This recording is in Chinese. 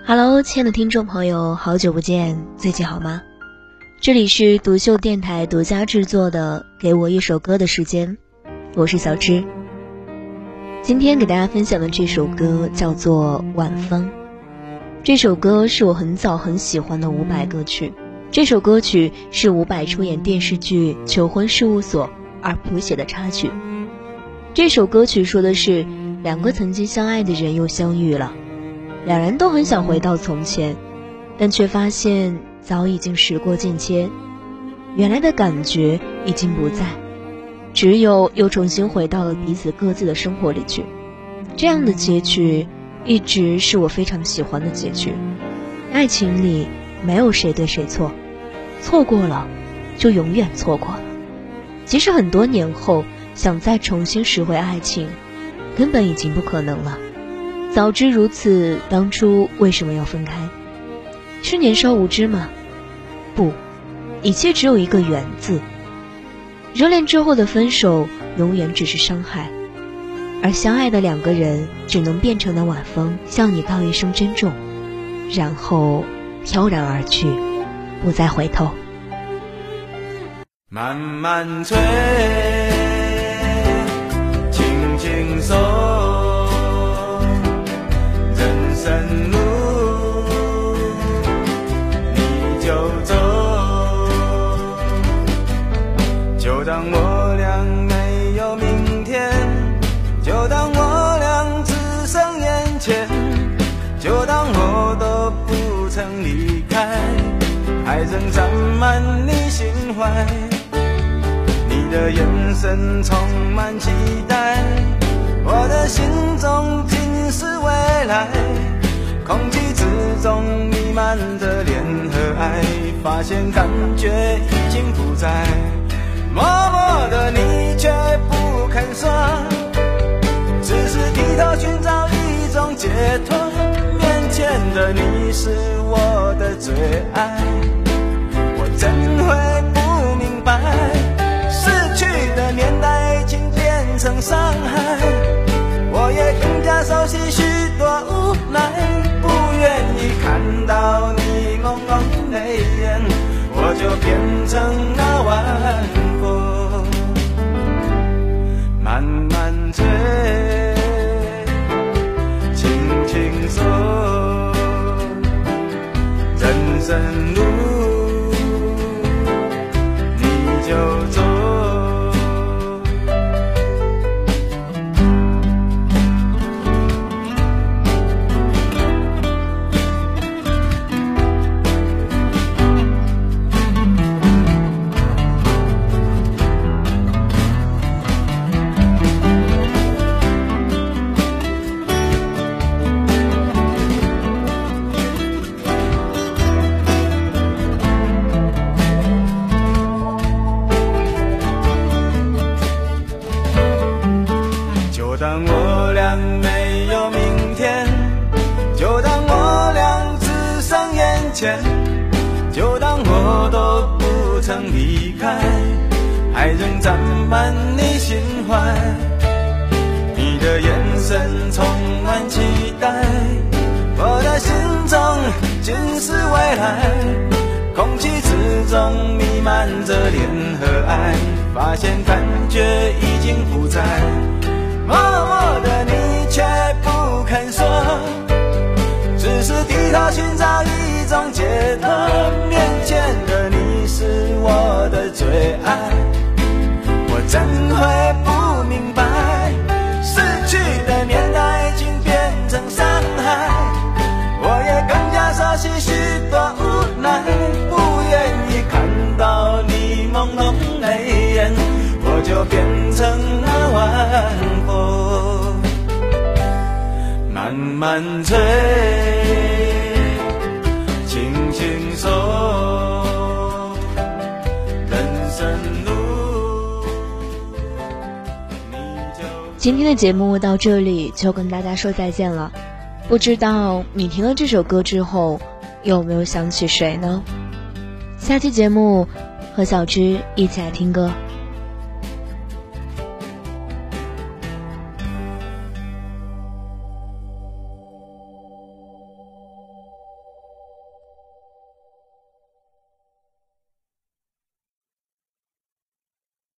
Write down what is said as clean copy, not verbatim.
Hello， 亲爱的听众朋友，好久不见，最近好吗？这里是独秀电台独家制作的《给我一首歌的时间》，我是小芝。今天给大家分享的这首歌叫做《晚风》。这首歌是我很早很喜欢的伍佰歌曲，这首歌曲是伍佰出演电视剧《求婚事务所》而谱写的插曲。这首歌曲说的是两个曾经相爱的人又相遇了，两人都很想回到从前，但却发现早已经时过境迁，原来的感觉已经不在，只有又重新回到了彼此各自的生活里去。这样的结局一直是我非常喜欢的结局。爱情里没有谁对谁错，错过了就永远错过了。即使很多年后想再重新拾回爱情，根本已经不可能了。早知如此，当初为什么要分开？是年少无知吗？不，一切只有一个缘字。热恋之后的分手永远只是伤害，而相爱的两个人只能变成那晚风，向你道一声珍重，然后飘然而去，不再回头。 慢慢吹，轻轻松，人生路你就走，就当我俩没有明天，就当我俩只剩眼前，就当我都不曾离开，还仍占满你心怀。你的眼神充满期待，我的心中尽是未来，空气之中弥漫着恋和爱，发现感觉已经不在，默默的你却不肯说，只是低头寻找一种解脱，面前的你是我的最爱，我怎会不明白，逝去的年代已经变成伤害，我也更加熟悉许多无奈，不愿意看到你朦胧泪眼，我就变成那晚风，慢慢吹，轻轻松，人生路你就走。就当我俩没有明天，就当我俩只剩眼前，就当我都不曾离开，还仍占满你心怀。你的眼神充满期待，我的心中尽是未来，空气之中弥漫着恋和爱，发现感觉已经不在，默默的你却不肯说，只是低头寻找一种解脱，面前的你是我的最爱，我怎会不明白，逝去的年代已经变成伤害，我也更加熟悉许多无奈，不愿意看到你朦胧泪眼，我就变成那晚风，慢慢吹，轻轻松，人生路你就。 今天的节目到这里就跟大家说再见了，不知道你听了这首歌之后有没有想起谁呢？下期节目和小芝一起来听歌。